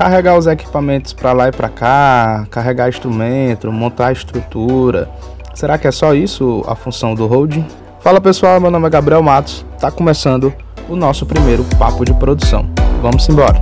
carregar os equipamentos para lá e para cá, carregar instrumento, montar estrutura. Será que é só isso a função do hold? Fala pessoal, meu nome é Gabriel Matos, tá começando o nosso primeiro papo de produção. Vamos embora!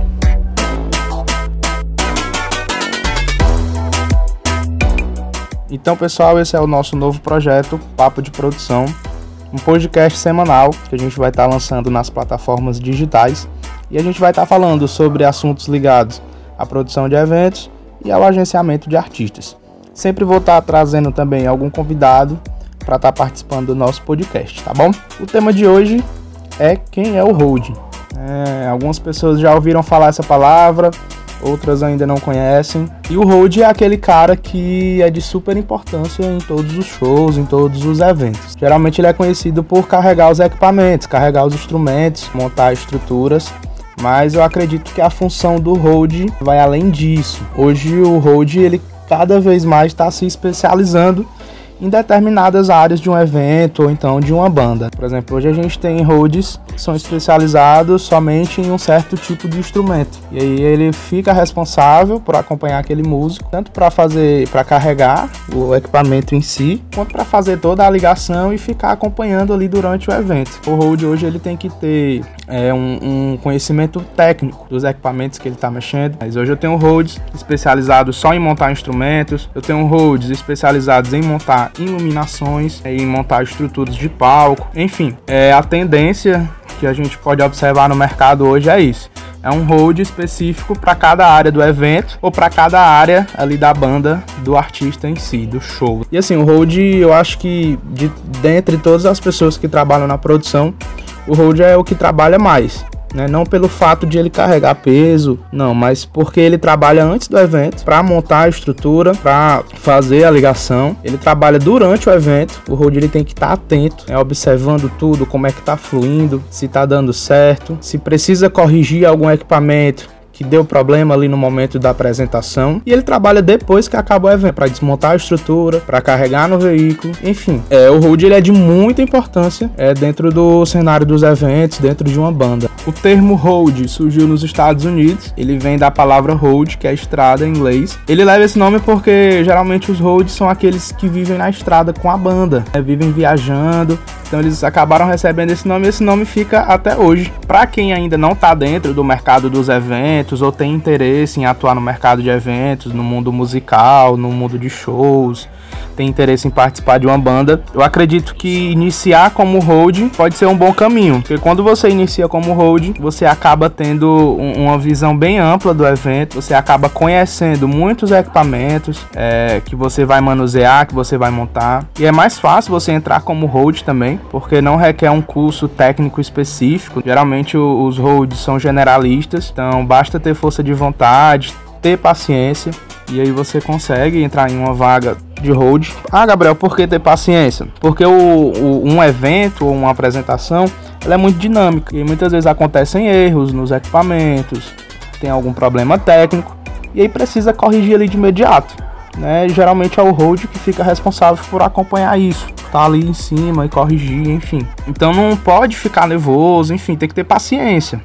Então pessoal, esse é o nosso novo projeto, Papo de Produção, um podcast semanal que a gente vai estar lançando nas plataformas digitais e a gente vai estar falando sobre assuntos ligados à produção de eventos e ao agenciamento de artistas. Sempre vou estar trazendo também algum convidado para estar participando do nosso podcast, tá bom? O tema de hoje é quem é o hold. Algumas pessoas já ouviram falar essa palavra, outras ainda não conhecem. E o hold é aquele cara que é de super importância em todos os shows, em todos os eventos. Geralmente ele é conhecido por carregar os equipamentos, carregar os instrumentos, montar estruturas. Mas eu acredito que a função do hold vai além disso. Hoje o hold ele cada vez mais está se especializando em determinadas áreas de um evento ou então de uma banda. Por exemplo, hoje a gente tem holds que são especializados somente em um certo tipo de instrumento. E aí ele fica responsável por acompanhar aquele músico, tanto para carregar o equipamento em si, quanto para fazer toda a ligação e ficar acompanhando ali durante o evento. O hold hoje ele tem que ter um conhecimento técnico dos equipamentos que ele está mexendo. Mas hoje eu tenho holds especializados só em montar instrumentos, eu tenho holds especializados em montar iluminações, em montar estruturas de palco, enfim, a tendência que a gente pode observar no mercado hoje é isso. É um hold específico para cada área do evento ou para cada área ali da banda, do artista em si, do show. E assim, o hold, eu acho que dentre todas as pessoas que trabalham na produção, o hold é o que trabalha mais. Não pelo fato de ele carregar peso, não, mas porque ele trabalha antes do evento para montar a estrutura, para fazer a ligação. Ele trabalha durante o evento. O hold ele tem que estar atento, observando tudo, como é que está fluindo, se está dando certo, se precisa corrigir algum equipamento que deu problema ali no momento da apresentação. E ele trabalha depois que acaba o evento, para desmontar a estrutura, para carregar no veículo, enfim. O hold ele é de muita importância dentro do cenário dos eventos, dentro de uma banda. O termo hold surgiu nos Estados Unidos, ele vem da palavra hold, que é estrada em inglês. Ele leva esse nome porque geralmente os holds são aqueles que vivem na estrada com a banda, vivem viajando. Então eles acabaram recebendo esse nome e esse nome fica até hoje. Para quem ainda não está dentro do mercado dos eventos ou tem interesse em atuar no mercado de eventos, no mundo musical, no mundo de shows, tem interesse em participar de uma banda, eu acredito que iniciar como hold pode ser um bom caminho, porque quando você inicia como hold, você acaba tendo uma visão bem ampla do evento, você acaba conhecendo muitos equipamentos que você vai manusear, que você vai montar, e é mais fácil você entrar como hold também, porque não requer um curso técnico específico. Geralmente os holds são generalistas, então basta ter força de vontade, ter paciência, e aí você consegue entrar em uma vaga de hold. Gabriel, por que ter paciência? Porque um evento ou uma apresentação, ela é muito dinâmica, e muitas vezes acontecem erros nos equipamentos, tem algum problema técnico, e aí precisa corrigir ali de imediato. Geralmente é o hold que fica responsável por acompanhar isso, tá ali em cima e corrigir, enfim. Então não pode ficar nervoso, enfim, tem que ter paciência,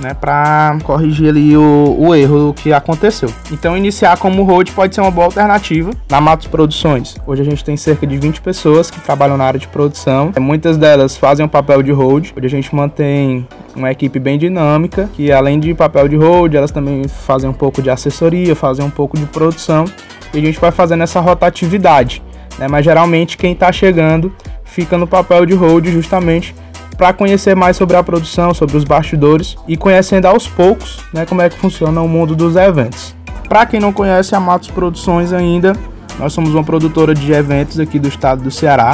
para corrigir ali o erro que aconteceu. Então iniciar como hold pode ser uma boa alternativa. Na Matos Produções, hoje a gente tem cerca de 20 pessoas que trabalham na área de produção. Muitas delas fazem o papel de hold. Hoje a gente mantém uma equipe bem dinâmica, que além de papel de hold, elas também fazem um pouco de assessoria, fazem um pouco de produção, e a gente vai fazendo essa rotatividade, mas geralmente quem está chegando fica no papel de hold justamente para conhecer mais sobre a produção, sobre os bastidores e conhecendo aos poucos, como é que funciona o mundo dos eventos. Para quem não conhece a Matos Produções ainda, nós somos uma produtora de eventos aqui do estado do Ceará.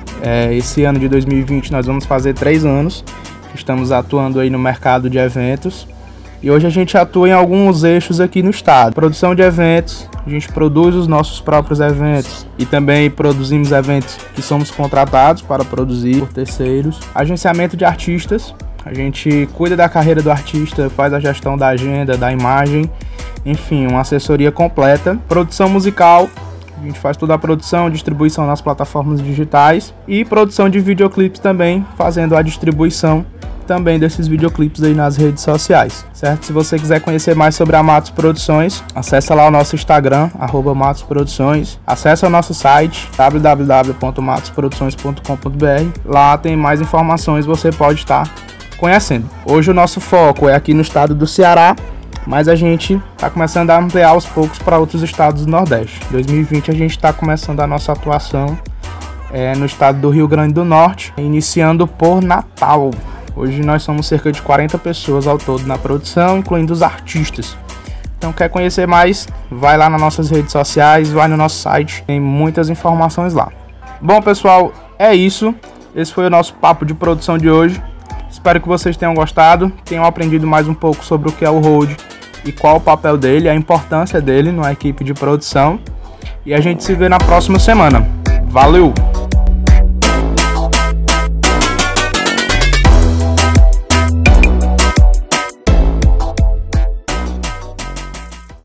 Esse ano de 2020 nós vamos fazer 3 anos que estamos atuando aí no mercado de eventos. E hoje a gente atua em alguns eixos aqui no estado. Produção de eventos, a gente produz os nossos próprios eventos e também produzimos eventos que somos contratados para produzir por terceiros. Agenciamento de artistas, a gente cuida da carreira do artista, faz a gestão da agenda, da imagem, enfim, uma assessoria completa. Produção musical, a gente faz toda a produção, distribuição nas plataformas digitais e produção de videoclipes também, fazendo a distribuição também desses videoclipes aí nas redes sociais, certo? Se você quiser conhecer mais sobre a Matos Produções, acessa lá o nosso Instagram, @matosproduções, acessa o nosso site, www.matosproduções.com.br. Lá tem mais informações, você pode estar conhecendo. Hoje o nosso foco é aqui no estado do Ceará, mas a gente está começando a ampliar aos poucos para outros estados do Nordeste. Em 2020 a gente está começando a nossa atuação no estado do Rio Grande do Norte, iniciando por Natal. Hoje nós somos cerca de 40 pessoas ao todo na produção, incluindo os artistas. Então, quer conhecer mais? Vai lá nas nossas redes sociais, vai no nosso site, tem muitas informações lá. Bom, pessoal, é isso. Esse foi o nosso papo de produção de hoje. Espero que vocês tenham gostado, tenham aprendido mais um pouco sobre o que é o Road e qual o papel dele, a importância dele na equipe de produção. E a gente se vê na próxima semana. Valeu!